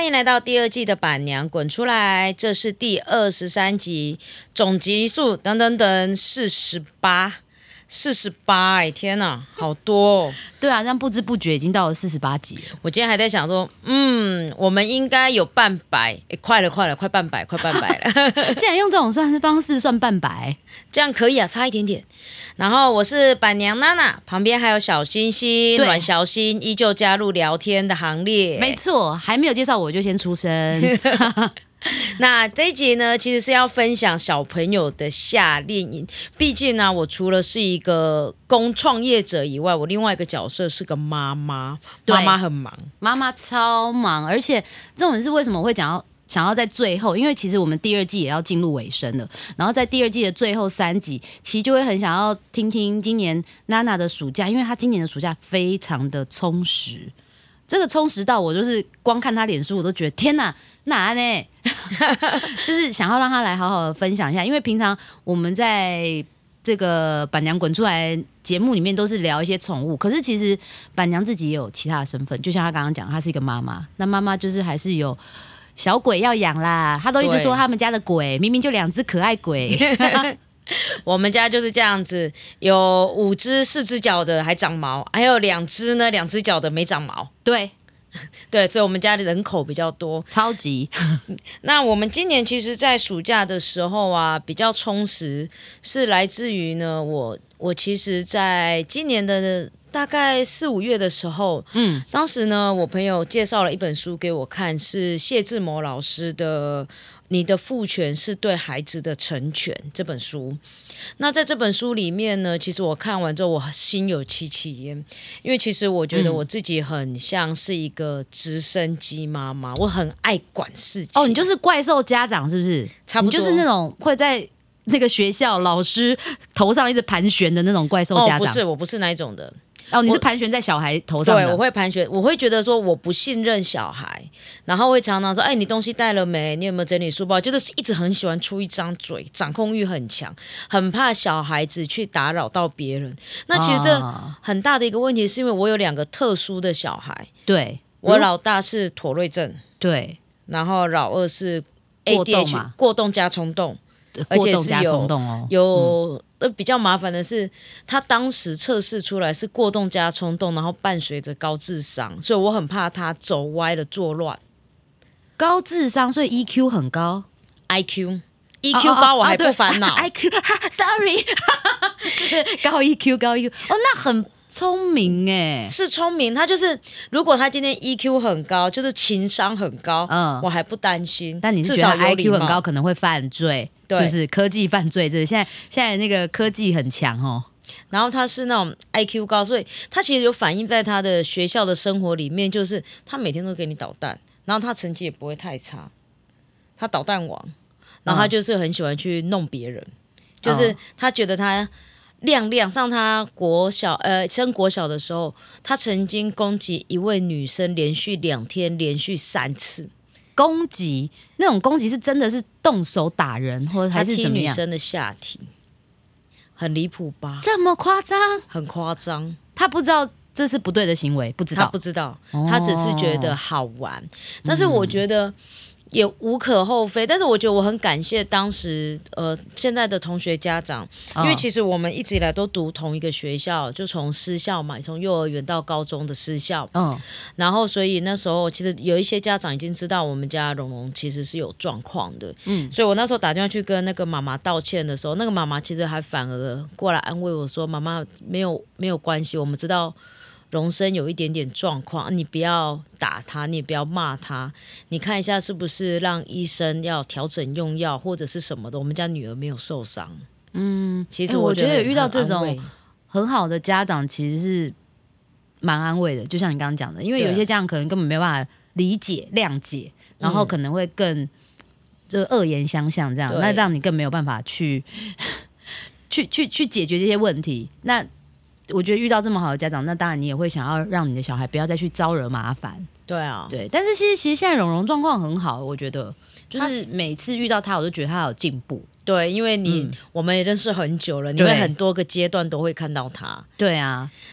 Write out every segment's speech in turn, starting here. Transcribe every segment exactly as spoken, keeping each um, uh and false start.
迎来到第二季的板娘滚出来，这是第二十三集，总集数等等等四十八。四十八哎，天哪，好多哦！ 对啊，这样不知不觉已经到了四十八集了。 我今天还在想说，嗯，我们应该有半百，哎，快了，快了，快半百，快半百了。 竟然用这种算方式算半百， 这样可以啊，差一点点。然后我是板娘娜娜，旁边还有小星星、阮小星，依旧加入聊天的行列。 没错，还没有介绍我就先出声。 那这一集呢，其实是要分享小朋友的夏令营。毕竟呢，我除了是一个工创业者以外，我另外一个角色是个妈妈。妈妈很忙， 妈妈超忙，而且这种是为什么我会讲到想要在最后，因为其实我们第二季也要进入尾声了，然后在第二季的最后三集，其实就会很想要听听今年娜娜的暑假，因为她今年的暑假非常的充实，这个充实到我就是光看她脸书我都觉得天哪，哪呢？就是想要让她来好好的分享一下，因为平常我们在这个板娘滚出来节目里面都是聊一些宠物，可是其实板娘自己也有其他的身份，就像她刚刚讲，她是一个妈妈，那妈妈就是还是有小鬼要养啦，她都一直说他们家的鬼明明就两只可爱鬼。 我们家就是这样子，有五只四只脚的还长毛，还有两只呢两只脚的没长毛。 对对，所以我们家的人口比较多， 超级。 那我们今年其实在暑假的时候啊比较充实，是来自于呢我我其实在今年的大概四五月的时候，嗯，当时呢我朋友介绍了一本书给我看，是谢志摩老师的你的父权是对孩子的成全这本书。那在这本书里面呢，其实我看完之后我心有戚戚焉，因为其实我觉得我自己很像是一个直升机妈妈，我很爱管事情。 哦，你就是怪兽家长是不是？ 差不多， 你就是那种会在那个学校老师头上一直盘旋的那种怪兽家长。 哦，不是，我不是那一种的。 哦，你是盘旋在小孩头上的。 对，我会盘旋，我会觉得说我不信任小孩，然后会常常说，哎，你东西带了没？你有没有整理书包？就是一直很喜欢出一张嘴，掌控欲很强，很怕小孩子去打扰到别人。那其实这很大的一个问题，是因为我有两个特殊的小孩。 对， 我老大是妥瑞症， 对， 然后老二是 A D H 过动加冲动。而且是有有、嗯、比较麻烦的是，他当时测试出来是过动加冲动，然后伴随着高智商，所以我很怕他走歪了作乱。 高智商，所以 E Q 很高 ，I Q E Q 高我还不烦恼、 哦哦、，I Q sorry 高 E Q 高 E Q 哦，那很聪明哎， 是聪明。他就是如果他今天 E Q 很高，就是情商很高，嗯，我还不担心。 但你是觉得 I Q 很高可能会犯罪？是不是科技犯罪？这现在现在那个科技很强哦。 然后他是那种 I Q 高，所以他其实有反映在他的学校的生活里面，就是他每天都给你捣蛋，然后他成绩也不会太差，他捣蛋王，然后他就是很喜欢去弄别人，嗯、就是他觉得他亮亮。上他国小呃升国小的时候，他曾经攻击一位女生，连续两天，连续三次。 攻击那种攻击是真的是动手打人，或者还是怎么样？ 他踢女生的下体，很离谱吧？ 这么夸张？ 很夸张。 他不知道这是不对的行为，不知道， 他不知道，他只是觉得好玩。哦、但是我觉得也无可厚非。但是我觉得我很感谢当时呃现在的同学家长，因为其实我们一直以来都读同一个学校，就从私校嘛，从幼儿园到高中的私校。嗯，然后所以那时候其实有一些家长已经知道我们家蓉蓉其实是有状况的。嗯，所以我那时候打电话去跟那个妈妈道歉的时候，那个妈妈其实还反而过来安慰我说：“妈妈没有没有关系，我们知道。”荣生有一点点状况，你不要打他，你也不要骂他，你看一下是不是让医生要调整用药或者是什么的。我们家女儿没有受伤。嗯，其实我觉得、欸、 我觉得遇到这种很好的家长其实是蛮安慰的，就像你刚刚讲的，因为有些家长可能根本没办法理解谅解，然后可能会更就恶言相向这样，那让你更没有办法去去去去解决这些问题。那我觉得遇到这么好的家长，那当然你也会想要让你的小孩不要再去招惹麻烦。 对啊， 对。但是其实其实现在蓉蓉状况很好，我觉得就是每次遇到他，我都觉得他有进步。 对，因为你、嗯、我们也认识很久了，你会很多个阶段都会看到他。 对啊，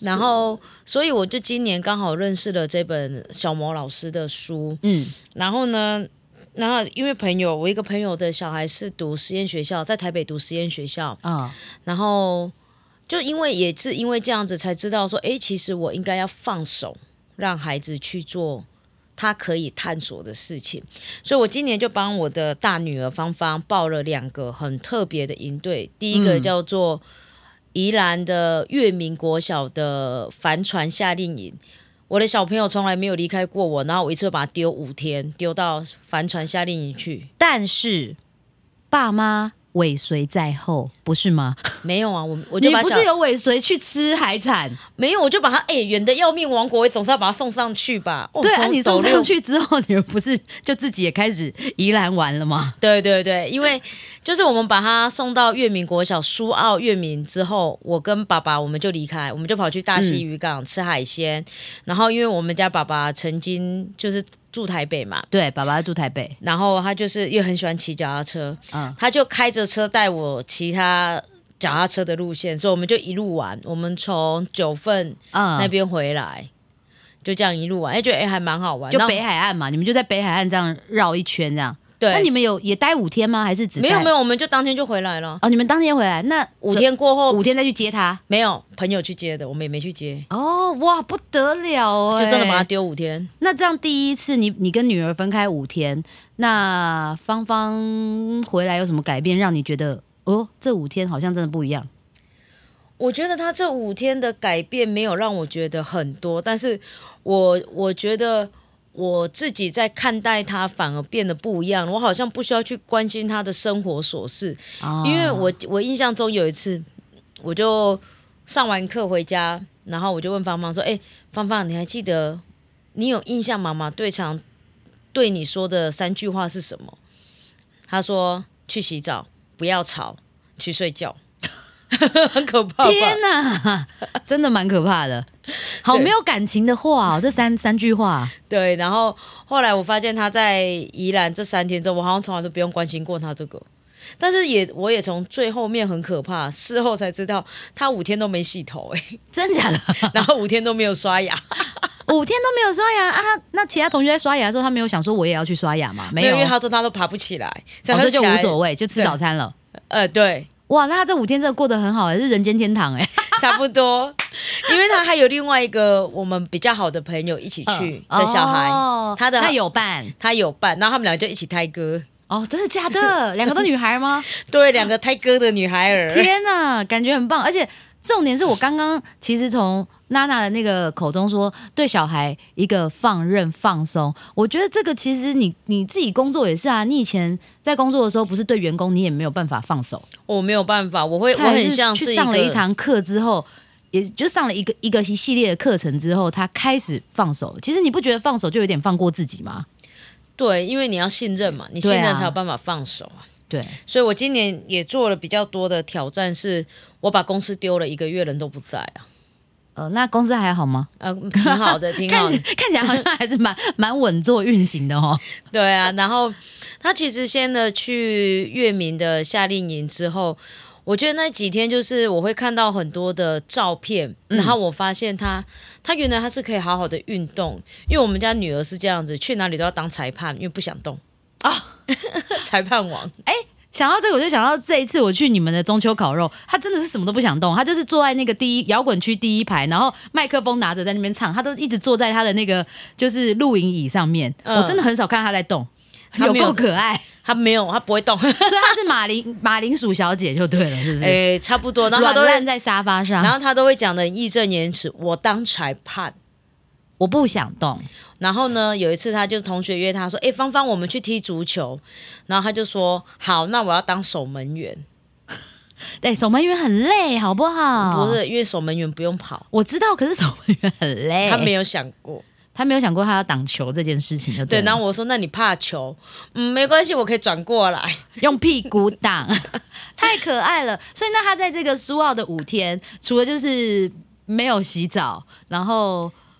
然后所以我就今年刚好认识了这本小魔老师的书，嗯，然后呢，然后因为朋友，我一个朋友的小孩是读实验学校，在台北读实验学校啊、哦，然后就因为也是因为这样子才知道说，哎，其实我应该要放手，让孩子去做他可以探索的事情，所以我今年就帮我的大女儿芳芳报了两个很特别的营队，第一个叫做宜兰的月明国小的帆船夏令营。我的小朋友从来没有离开过我，然后我一次把他丢五天，丢到帆船夏令营去。 但是爸妈尾随在后，不是吗？ 没有啊，我我就把你不是有尾随去吃海产？ 没有，我就把他哎远的要命王国，我总是要把他送上去吧。 哦、对啊，你送上去之后，你们不是就自己也开始宜兰玩了吗？ 对对对，因为就是我们把他送到月明国小苏澳月明之后，我跟爸爸我们就离开，我们就跑去大溪渔港、嗯、吃海鲜。然后因为我们家爸爸曾经就是住台北嘛， 对，爸爸住台北， 然后他就是又很喜欢骑脚踏车，嗯，他就开着车带我骑他脚踏车的路线，所以我们就一路玩，我们从九份那边回来，嗯、就这样一路玩，哎，觉得哎还蛮好玩， 就北海岸嘛，你们就在北海岸这样绕一圈这样。 对， 那你们有也待五天吗？还是只待？ 没有没有，我们就当天就回来了。 哦，你们当天回来，那五天过后， 五天再去接他？ 没有，朋友去接的，我们也没去接。 哦，哇，不得了哎、 欸，就真的把他丢五天。 那这样第一次你你跟女儿分开五天，那芳芳回来有什么改变，让你觉得哦，这五天好像真的不一样？ 我觉得他这五天的改变没有让我觉得很多，但是我我觉得。我自己在看待他反而变得不一样，我好像不需要去关心他的生活琐事，哦、因为我我印象中有一次，我就上完课回家，然后我就问芳芳说：“哎、欸，芳芳，你还记得你有印象妈妈对常对你说的三句话是什么？”她说：“去洗澡，不要吵，去睡觉。”很可怕吧？ 天哪，真的蛮可怕的，好没有感情的话哦，这三三句话。 对，然后后来我发现他在宜兰这三天之后，我好像从来都不用关心过他这个，但是也我也从最后面很可怕，事后才知道他五天都没洗头、欸，哎， 真假的？ 然后五天都没有刷牙。 五天都没有刷牙啊？那其他同学在刷牙的时候，他没有想说我也要去刷牙吗？没有， 因为他说他都爬不起来， 所以他就无所谓，就吃早餐了。 呃，对。 哇，那他这五天真的过得很好，是人间天堂哎， 差不多。因为他还有另外一个我们比较好的朋友一起去的小孩， 哦、 他的他有伴， 他有伴，然后他们俩就一起胎歌。 哦，真的假的？两个都女孩吗？ 对，两个胎歌的女孩儿。 天哪，感觉很棒，而且重点是我刚刚其实从娜娜的那个口中说，对小孩一个放任放松，我觉得这个其实你你自己工作也是啊，你以前在工作的时候，不是对员工你也没有办法放手， 我没有办法，我会我很像是去上了一堂课之后，也就上了一个一个一系列的课程之后，他开始放手。其实你不觉得放手就有点放过自己吗？ 对，因为你要信任嘛，你信任才有办法放手啊。 对， 所以我今年也做了比较多的挑战，是我把公司丢了一个月，人都不在啊。 呃，那公司还好吗？ 呃，挺好的，挺好的， 看起看起来好像还是蛮蛮稳坐运行的哦。 对啊，然后他其实先的去月明的夏令营之后，我觉得那几天就是我会看到很多的照片，嗯、然后我发现他他原来他是可以好好的运动，因为我们家女儿是这样子，去哪里都要当裁判，因为不想动啊，哦、裁判王。 哎、欸。想到这个，我就想到这一次我去你们的中秋烤肉，他真的是什么都不想动，他就是坐在那个第一摇滚区第一排，然后麦克风拿着在那边唱，他都一直坐在他的那个就是露营椅上面，嗯、我真的很少看到他在动，有够可爱。 他没有，他不会动，所以他是马铃马铃薯小姐就对了，是不是？ 哎、欸，差不多。然后他都烂在沙发上， 然后他都会讲的义正言辞，我当裁判。 我不想动， 然后呢，有一次他就同学约他说：“哎、欸，芳芳，我们去踢足球。”然后他就说：“好，那我要当守门员。” 对，守门员很累，好不好？ 不是，因为守门员不用跑。 我知道，可是守门员很累。 他没有想过， 他没有想过他要挡球这件事情就对了。 对，然后我说：“那你怕球？嗯，没关系，我可以转过来， 用屁股挡。”太可爱了。所以那他在这个苏澳的五天，除了就是没有洗澡，然后。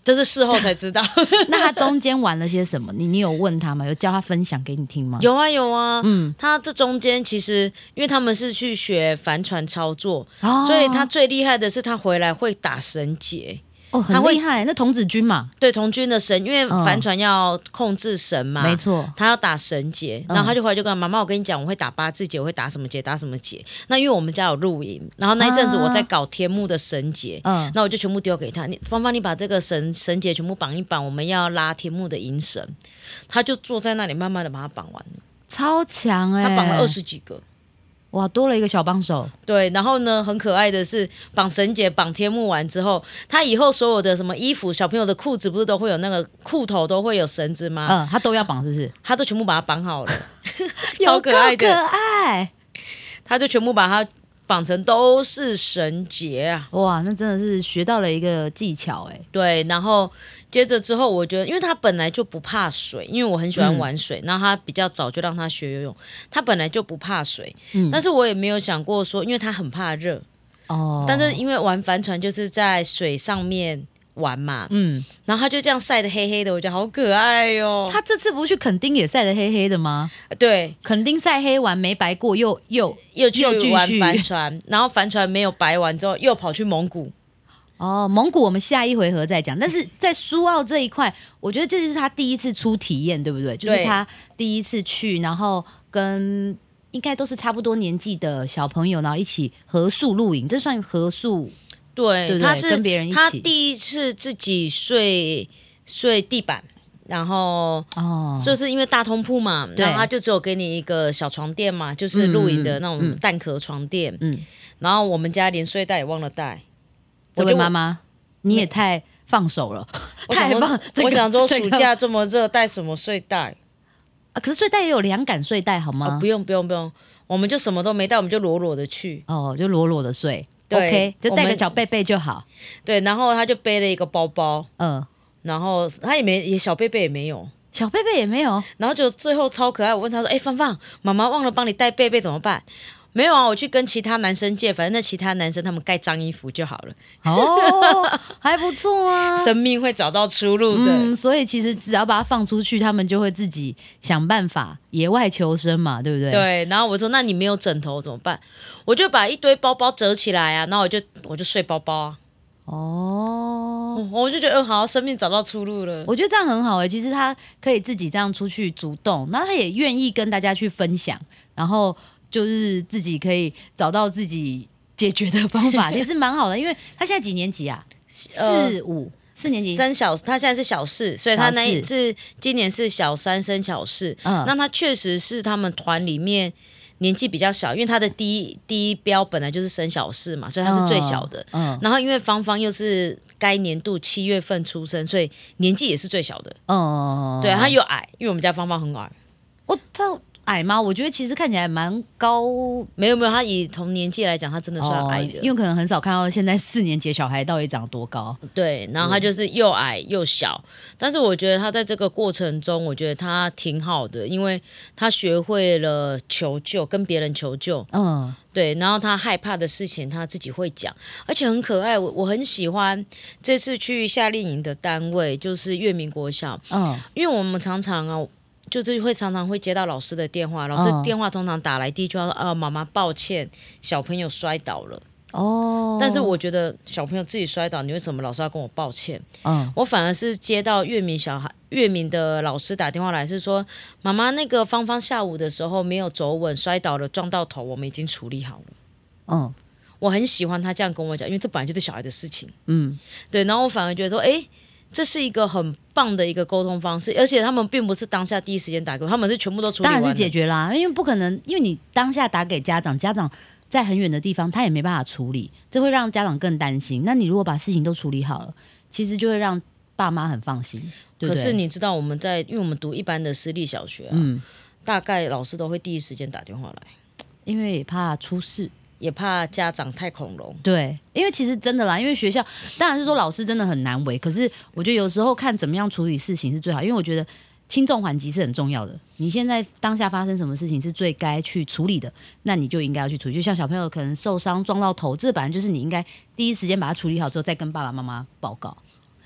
这是事后才知道。 那他中间玩了些什么？你你有问他吗？有叫他分享给你听吗？ 有啊有啊，嗯，他这中间其实因为他们是去学帆船操作，哦、所以他最厉害的是他回来会打绳结。 哦，很厉害，那童子军嘛， 对，童军的绳，因为帆船要控制绳嘛， 没错， 他要打绳结，然后他就回来就跟妈妈，我跟你讲，我会打八字结，我会打什么结，打什么结。那因为我们家有露营，然后那一阵子我在搞天幕的绳结，嗯，那我就全部丢给他，你芳芳，你把这个绳绳结全部绑一绑，我们要拉天幕的银绳，他就坐在那里慢慢的把它绑完了， 超强哎、欸， 他绑了二十几个。 哇，多了一个小帮手。 对，然后呢，很可爱的是绑绳结、绑天幕完之后，他以后所有的什么衣服、小朋友的裤子，不是都会有那个裤头都会有绳子吗？ 嗯，他都要绑，是不是？ 他都全部把它绑好了，超可爱的， 可爱。 他就全部把它绑成都是绳结啊！ 哇，那真的是学到了一个技巧哎。 对，然后接着之后，我觉得，因为他本来就不怕水，因为我很喜欢玩水，嗯、然后他比较早就让他学游泳，他本来就不怕水，嗯、但是我也没有想过说，因为他很怕热哦，但是因为玩帆船就是在水上面玩嘛，嗯，然后他就这样晒得黑黑的，我觉得好可爱哟、哦。 他这次不去垦丁也晒得黑黑的吗？ 对， 垦丁晒黑完没白过，又又又去玩帆船，然后帆船没有白完之后，又跑去蒙古。 哦，蒙古我们下一回合再讲，但是在苏澳这一块，我觉得这就是他第一次出体验，对不对？就是他第一次去，然后跟应该都是差不多年纪的小朋友，然后一起合宿露营，这算合宿。 对， 对对他是跟别人一起， 他第一次自己睡睡地板，然后哦，就是因为大通铺嘛，然后他就只有给你一个小床垫嘛，就是露营的那种蛋壳床垫，嗯，嗯然后我们家连睡袋也忘了带。 这位妈妈，你也太放手了，太放、 这个。我想说，暑假这么热，带什么睡袋啊？可是睡袋也有凉感睡袋，好吗？ 哦、不用不用不用，我们就什么都没带，我们就裸裸的去。 哦，就裸裸的睡。OK， 就带个小被被就好。 对，然后他就背了一个包包，嗯，然后他也没也小被被也没有， 小被被也没有， 然后就最后超可爱。我问他说：“哎、欸，芳芳，妈妈忘了帮你带被被怎么办？”没有啊，我去跟其他男生借，反正那其他男生他们盖脏衣服就好了。 哦，还不错啊， 生命会找到出路的。 嗯，所以其实只要把它放出去，他们就会自己想办法野外求生嘛，对不对？ 对。然后我说：“那你没有枕头怎么办？”我就把一堆包包折起来啊，然后我就我就睡包包啊。哦，我就觉得，嗯、呃，好，生命找到出路了。 我觉得这样很好哎、欸，其实他可以自己这样出去主动，然后他也愿意跟大家去分享，然后。就是自己可以找到自己解决的方法，其实蛮好的。因为他现在几年级啊？四五四年级升小，他现在是小四，所以他那一次今年是小三升小四。嗯，那他确实是他们团里面年纪比较小，因为他的第一第一标本来就是升小四嘛，所以他是最小的。嗯，然后因为芳芳又是该年度七月份出生，所以年纪也是最小的。哦，对，他又矮，因为我们家芳芳很矮。 哦，他。矮吗？我觉得其实看起来蛮高， 没有没有，他以同年纪来讲，他真的算矮的、哦， 因为可能很少看到现在四年级小孩到底长多高。 对，然后他就是又矮又小，但是我觉得他在这个过程中，我觉得他挺好的，因为他学会了求救，跟别人求救。嗯，对，然后他害怕的事情他自己会讲，而且很可爱。我我很喜欢这次去夏令营的单位就是月明国小，嗯，因为我们常常啊。就是会常常会接到老师的电话，老师电话通常打来第一句话说：“呃，妈妈，抱歉，小朋友摔倒了。”哦，但是我觉得小朋友自己摔倒，你为什么老师要跟我抱歉？嗯，我反而是接到月明小孩月明的老师打电话来，是说：“妈妈，那个芳芳下午的时候没有走稳，摔倒了，撞到头，我们已经处理好了。”嗯，我很喜欢他这样跟我讲，因为这本来就是小孩的事情。嗯，对，然后我反而觉得说，哎。这是一个很棒的一个沟通方式，而且他们并不是当下第一时间打给我，他们是全部都处理完了， 当然是解决啦，因为不可能，因为你当下打给家长，家长在很远的地方，他也没办法处理，这会让家长更担心。那你如果把事情都处理好了，其实就会让爸妈很放心。对不对？ 可是你知道我们在，因为我们读一般的私立小学啊，嗯，大概老师都会第一时间打电话来， 因为也怕出事。 也怕家长太恐龙， 对，因为其实真的啦，因为学校当然是说老师真的很难为，可是我觉得有时候看怎么样处理事情是最好，因为我觉得轻重缓急是很重要的。你现在当下发生什么事情是最该去处理的，那你就应该要去处理。就像小朋友可能受伤撞到头，这本来就是你应该第一时间把它处理好之后再跟爸爸妈妈报告。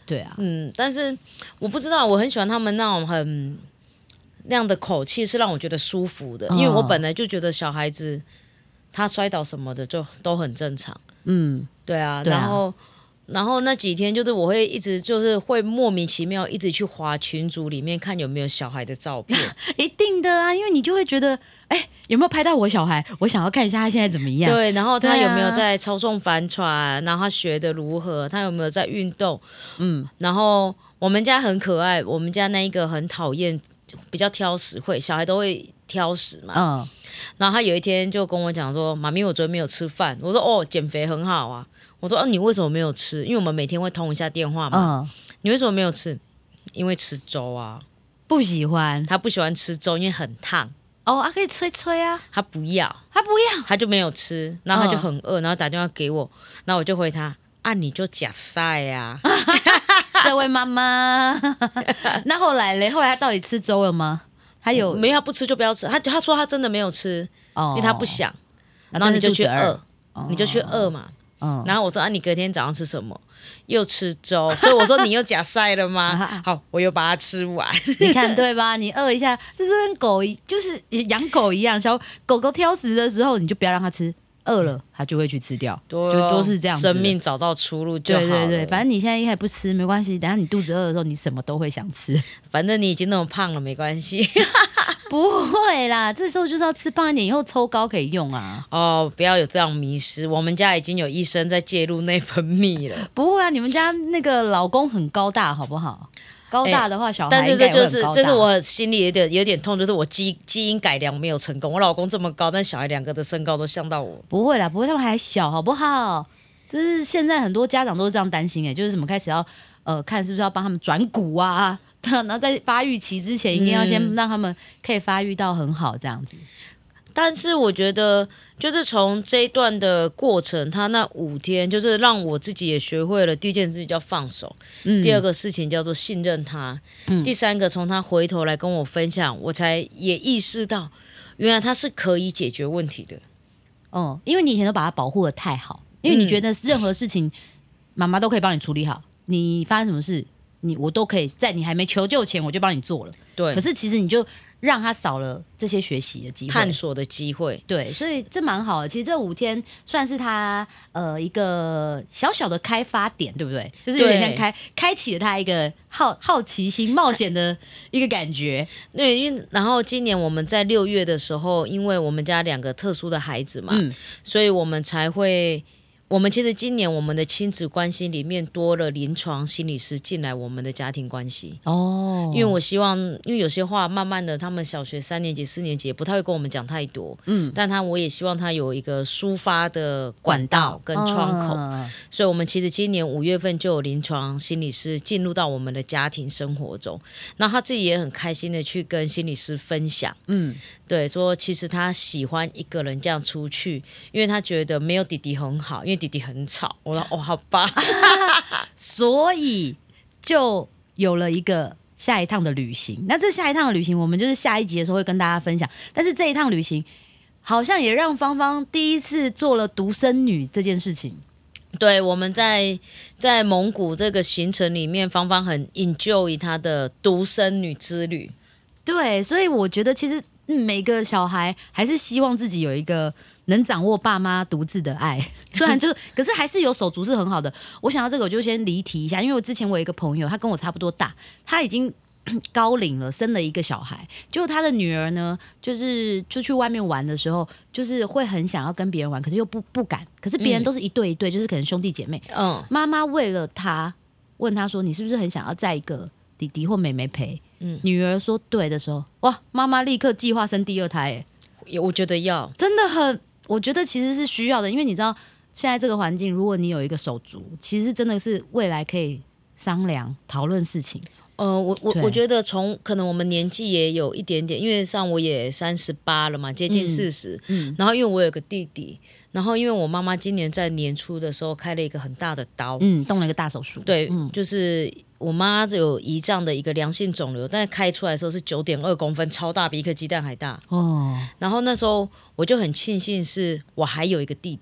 对啊， 嗯，但是我不知道，我很喜欢他们那种很那样的口气，是让我觉得舒服的，因为我本来就觉得小孩子他摔倒什么的就都很正常。嗯，对啊，对啊，然后。然后那几天就是我会一直就是会莫名其妙一直去滑群组里面看有没有小孩的照片， 一定的啊，因为你就会觉得，哎，有没有拍到我小孩？我想要看一下他现在怎么样。 对，然后他有没有在操纵帆船，啊、然后他学的如何，他有没有在运动？嗯，然后我们家很可爱，我们家那一个很讨厌，比较挑食，会小孩都会挑食嘛。嗯，然后他有一天就跟我讲说：“妈咪，我昨天没有吃饭。”我说：“哦，减肥很好啊。”我说：“哦、啊，你为什么没有吃？因为我们每天会通一下电话嘛。嗯、你为什么没有吃？因为吃粥啊， 不喜欢。 他不喜欢吃粥，因为很烫。 哦，啊，可以吹吹啊。 他不要， 他不要， 他就没有吃，然后他就很饿，然后打电话给我，然后我就回他：啊，你就假晒呀。 这位妈妈。那后来嘞？后来他到底吃粥了吗？他有没有？他不吃就不要吃。他他说他真的没有吃，哦、因为他不想。然后你就去饿，哦、你就去饿嘛。”嗯、然后我说啊，你隔天早上吃什么？又吃粥，所以我说你又假晒了吗？好，我又把它吃完。 你看对吧？你饿一下，这是跟狗一，就是养狗一样，小狗狗挑食的时候，你就不要让它吃，饿了它就会去吃掉，就都是这样子。 生命找到出路就好了。 对对对，反正你现在一开始不吃没关系，等下你肚子饿的时候，你什么都会想吃。 反正你已经那么胖了，没关系。 不会啦，这时候就是要吃胖一点，以后抽高可以用啊。 哦，不要有这样迷失。我们家已经有医生在介入内分泌了。 不会啊，你们家那个老公很高大，好不好？高大的话，欸、小孩应该也会很高大。但是这就是， 这是我心里有点有点痛，就是我基基因改良没有成功。我老公这么高，但小孩两个的身高都像到我。 不会啦，不会，他们还小，好不好？就是现在很多家长都是这样担心、欸，哎，就是什么开始要呃看是不是要帮他们转骨啊。然后在发育期之前，一定要先让他们可以发育到很好这样子。嗯、 但是我觉得，就是从这一段的过程，他那五天，就是让我自己也学会了第一件事情叫放手，嗯、第二个事情叫做信任他，嗯、第三个从他回头来跟我分享，我才也意识到，原来他是可以解决问题的。 哦，因为你以前都把他保护得太好，因为你觉得任何事情，妈妈都可以帮你处理好，你发生什么事？你我都可以在你还没求救前我就帮你做了，对。可是其实你就让他少了这些学习的机会、 探索的机会， 对，所以这蛮好的。其实这五天算是他呃一个小小的开发点，对不对？就是有点像开开启了他一个好好奇心、冒险的一个感觉。 对，因为然后今年我们在六月的时候，因为我们家两个特殊的孩子嘛，嗯、所以我们才会。我们其实今年我们的亲子关系里面多了临床心理师进来我们的家庭关系哦，因为我希望，因为有些话慢慢的他们小学三年级四年级也不太会跟我们讲太多，嗯，但他我也希望他有一个抒发的管道跟窗口，哦、所以我们其实今年五月份就有临床心理师进入到我们的家庭生活中，然后他自己也很开心的去跟心理师分享，嗯，对，说其实他喜欢一个人这样出去，因为他觉得没有弟弟很好，因为弟弟很吵。我说哦，好吧。 所以就有了一个下一趟的旅行。那这下一趟的旅行，我们就是下一集的时候会跟大家分享。但是这一趟旅行，好像也让芳芳第一次做了独生女这件事情。 对，我们在在蒙古这个行程里面，芳芳很 enjoy 她的独生女之旅。 对，所以我觉得其实、嗯、每个小孩还是希望自己有一个能掌握爸妈独自的爱，虽然就是，可是还是有手足是很好的。我想到这个，我就先离题一下，因为我之前我有一个朋友，他跟我差不多大，他已经高龄了，生了一个小孩。结果他的女儿呢，就是出去外面玩的时候，就是会很想要跟别人玩，可是又不不敢。可是别人都是一对一对，嗯、就是可能兄弟姐妹。嗯，妈妈为了他问他说：“你是不是很想要载一个弟弟或妹妹陪？”嗯，女儿说对的时候，哇，妈妈立刻计划生第二胎。 哎，我觉得要真的很。我觉得其实是需要的，因为你知道现在这个环境，如果你有一个手足，其实真的是未来可以商量讨论事情。 呃，我我我觉得从可能我们年纪也有一点点，因为像我也三十八了嘛，接近四十、嗯，然后因为我有个弟弟，然后因为我妈妈今年在年初的时候开了一个很大的刀， 嗯，动了一个大手术， 对， 嗯、 就是我妈有胰脏的一个良性肿瘤，但是开出来的时候是九点二公分，超大，比一颗鸡蛋还大哦。然后那时候我就很庆幸是我还有一个弟弟。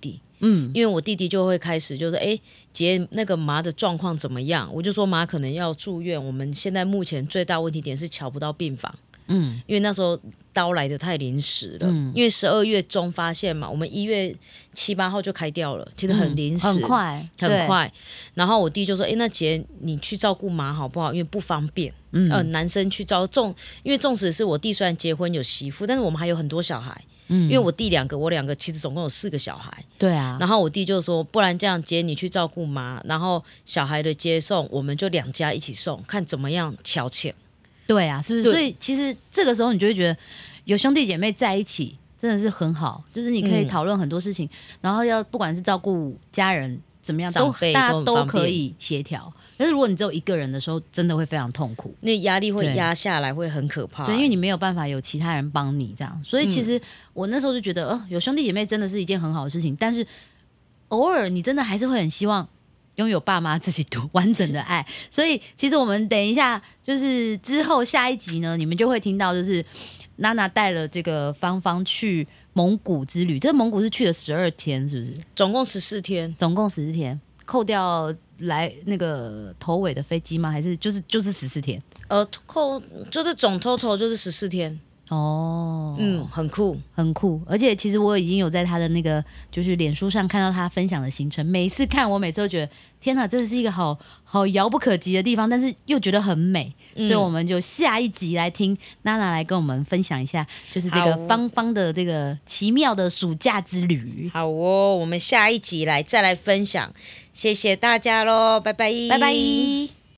嗯，因为我弟弟就会开始就是哎姐那个妈的状况怎么样，我就说妈可能要住院，我们现在目前最大问题点是瞧不到病房。嗯，因为那时候刀来的太临时了，嗯、因为十二月中发现嘛，我们一月七八号就开掉了，其实很临时， 嗯、很快， 很快。然后我弟就说：“哎、欸，那姐你去照顾妈好不好？因为不方便。嗯，呃，男生去照纵，因为纵使是我弟虽然结婚有媳妇，但是我们还有很多小孩。嗯，因为我弟两个，我两个，其实总共有四个小孩。 对啊。 然后我弟就说：不然这样，姐你去照顾妈，然后小孩的接送，我们就两家一起送，看怎么样瞧钱。” 对啊，是不是？所以其实这个时候你就会觉得有兄弟姐妹在一起真的是很好，就是你可以讨论很多事情，嗯、然后要不管是照顾家人怎么样，都大家都可以协调。但是如果你只有一个人的时候，真的会非常痛苦， 那压力会压下来，会很可怕。 对，因为你没有办法有其他人帮你这样，所以其实我那时候就觉得，呃，有兄弟姐妹真的是一件很好的事情，但是偶尔你真的还是会很希望拥有爸妈自己完整的爱，所以其实我们等一下就是之后下一集呢，你们就会听到就是娜娜带了这个芳芳去蒙古之旅。这个蒙古是去了十二天，是不是？ 总共十四天， 总共十四天，扣掉来那个头尾的飞机吗？还是就是就是十四天？ 呃，扣就是总 total 就是十四天。哦，嗯，很酷， 很酷，而且其实我已经有在他的那个就是脸书上看到他分享的行程，每次看我每次都觉得天哪，这是一个好好遥不可及的地方，但是又觉得很美，嗯、所以我们就下一集来听娜娜来跟我们分享一下，就是这个芳芳的这个奇妙的暑假之旅。 好哦，我们下一集来再来分享，谢谢大家咯，拜拜， 拜拜。